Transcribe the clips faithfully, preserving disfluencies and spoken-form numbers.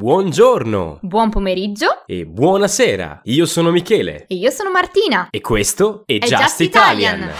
Buongiorno! Buon pomeriggio! E buonasera! Io sono Michele. E io sono Martina. E questo è, è Just, Just Italian. Italian.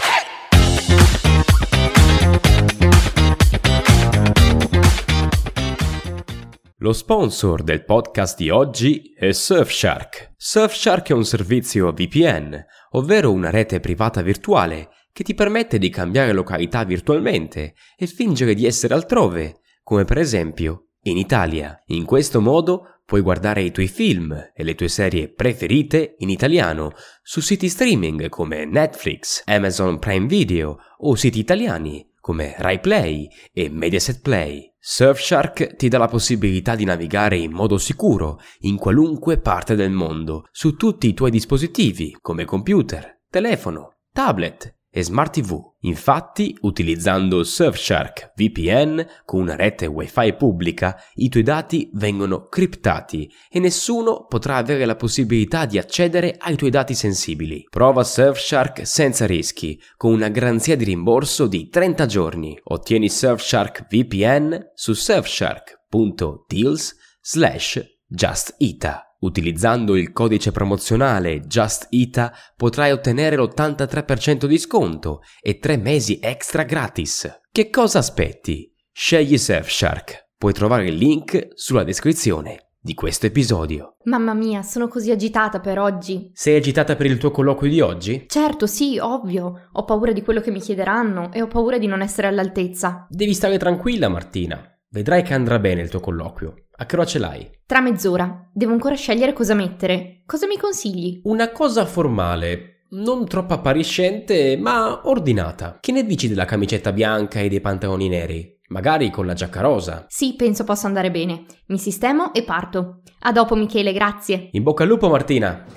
Lo sponsor del podcast di oggi è Surfshark. Surfshark è un servizio V P N, ovvero una rete privata virtuale che ti permette di cambiare località virtualmente e fingere di essere altrove, come per esempio in Italia. In questo modo puoi guardare i tuoi film e le tue serie preferite in italiano su siti streaming come Netflix, Amazon Prime Video o siti italiani come Rai Play e Mediaset Play. Surfshark ti dà la possibilità di navigare in modo sicuro in qualunque parte del mondo su tutti i tuoi dispositivi come computer, telefono, tablet e Smart tivù. Infatti, utilizzando Surfshark V P N con una rete Wi-Fi pubblica, i tuoi dati vengono criptati e nessuno potrà avere la possibilità di accedere ai tuoi dati sensibili. Prova Surfshark senza rischi, con una garanzia di rimborso di trenta giorni. Ottieni Surfshark V P N su surfshark punto deals slash justita. Utilizzando il codice promozionale JustIta potrai ottenere l'ottantatré per cento di sconto e tre mesi extra gratis. Che cosa aspetti? Scegli Surfshark. Puoi trovare il link sulla descrizione di questo episodio. Mamma mia, sono così agitata per oggi. Sei agitata per il tuo colloquio di oggi? Certo, sì, ovvio. Ho paura di quello che mi chiederanno e ho paura di non essere all'altezza. Devi stare tranquilla, Martina. Vedrai che andrà bene il tuo colloquio. A che ora ce l'hai? Tra mezz'ora. Devo ancora scegliere cosa mettere. Cosa mi consigli? Una cosa formale, non troppo appariscente, ma ordinata. Che ne dici della camicetta bianca e dei pantaloni neri? Magari con la giacca rosa. Sì, penso possa andare bene. Mi sistemo e parto. A dopo, Michele, grazie. In bocca al lupo, Martina.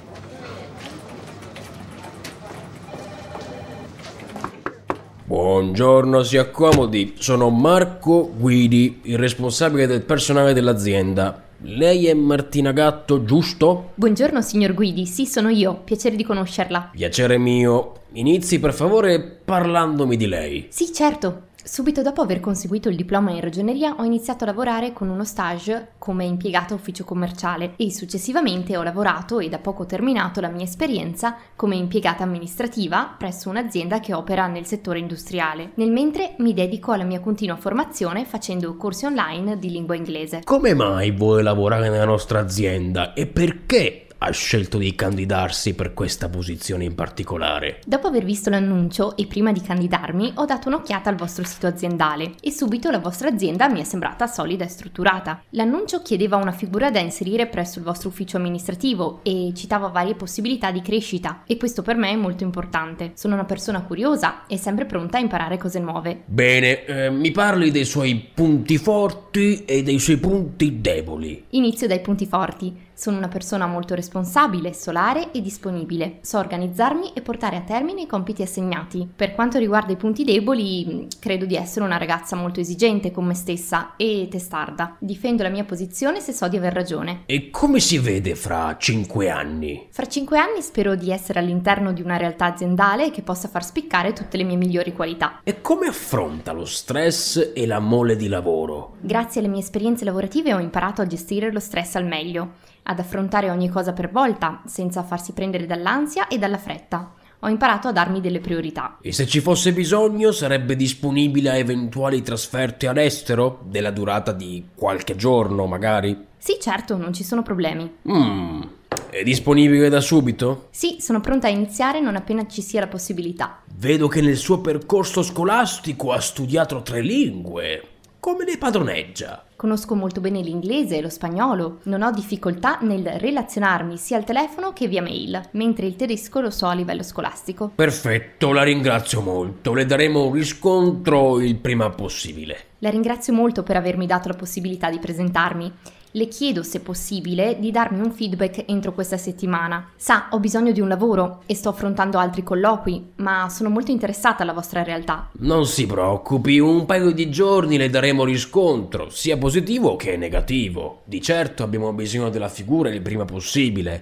Buongiorno, si accomodi. Sono Marco Guidi, il responsabile del personale dell'azienda. Lei è Martina Gatto, giusto? Buongiorno, signor Guidi. Sì, sono io. Piacere di conoscerla. Piacere mio. Inizi per favore parlandomi di lei. Sì, certo. Subito dopo aver conseguito il diploma in ragioneria ho iniziato a lavorare con uno stage come impiegata ufficio commerciale e successivamente ho lavorato e da poco terminato la mia esperienza come impiegata amministrativa presso un'azienda che opera nel settore industriale. Nel mentre mi dedico alla mia continua formazione facendo corsi online di lingua inglese. Come mai vuole lavorare nella nostra azienda e perché ha scelto di candidarsi per questa posizione in particolare? Dopo aver visto l'annuncio e prima di candidarmi ho dato un'occhiata al vostro sito aziendale e subito la vostra azienda mi è sembrata solida e strutturata. L'annuncio chiedeva una figura da inserire presso il vostro ufficio amministrativo e citava varie possibilità di crescita e questo per me è molto importante. Sono una persona curiosa e sempre pronta a imparare cose nuove. Bene, eh, mi parli dei suoi punti forti e dei suoi punti deboli. Inizio dai punti forti. Sono una persona molto responsabile, solare e disponibile. So organizzarmi e portare a termine i compiti assegnati. Per quanto riguarda i punti deboli, credo di essere una ragazza molto esigente con me stessa e testarda. Difendo la mia posizione se so di aver ragione. E come si vede fra cinque anni? Fra cinque anni spero di essere all'interno di una realtà aziendale che possa far spiccare tutte le mie migliori qualità. E come affronta lo stress e la mole di lavoro? Grazie alle mie esperienze lavorative ho imparato a gestire lo stress al meglio, ad affrontare ogni cosa per volta, senza farsi prendere dall'ansia e dalla fretta. Ho imparato a darmi delle priorità. E se ci fosse bisogno, sarebbe disponibile a eventuali trasferte all'estero? Della durata di qualche giorno, magari? Sì, certo, non ci sono problemi. Mmm, è disponibile da subito? Sì, sono pronta a iniziare non appena ci sia la possibilità. Vedo che nel suo percorso scolastico ha studiato tre lingue. Come le padroneggia? Conosco molto bene l'inglese e lo spagnolo, non ho difficoltà nel relazionarmi sia al telefono che via mail, mentre il tedesco lo so a livello scolastico. Perfetto, la ringrazio molto, le daremo un riscontro il prima possibile. La ringrazio molto per avermi dato la possibilità di presentarmi. Le chiedo, se possibile, di darmi un feedback entro questa settimana. Sa, ho bisogno di un lavoro e sto affrontando altri colloqui, ma sono molto interessata alla vostra realtà. Non si preoccupi, un paio di giorni le daremo riscontro, sia positivo che negativo. Di certo abbiamo bisogno della figura il prima possibile.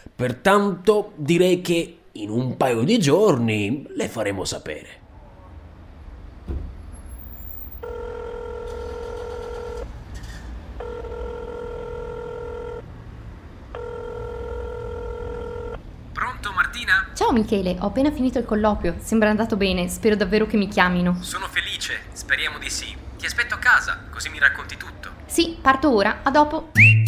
Pertanto direi che in un paio di giorni le faremo sapere. Ciao Michele, ho appena finito il colloquio, sembra andato bene, spero davvero che mi chiamino. Sono felice, speriamo di sì. Ti aspetto a casa, così mi racconti tutto. Sì, parto ora, a dopo.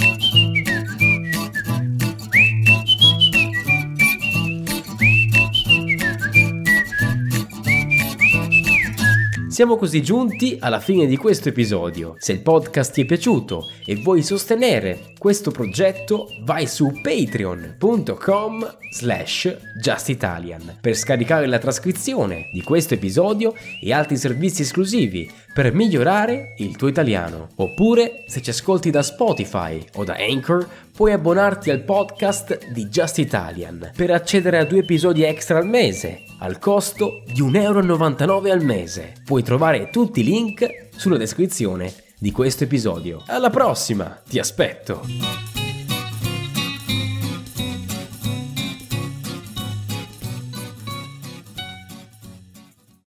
Siamo così giunti alla fine di questo episodio. Se il podcast ti è piaciuto e vuoi sostenere questo progetto, vai su patreon punto com slash justitalian per scaricare la trascrizione di questo episodio e altri servizi esclusivi per migliorare il tuo italiano. Oppure, se ci ascolti da Spotify o da Anchor, puoi abbonarti al podcast di Just Italian per accedere a due episodi extra al mese, al costo di un euro e novantanove al mese. Puoi trovare tutti i link sulla descrizione di questo episodio. Alla prossima, ti aspetto!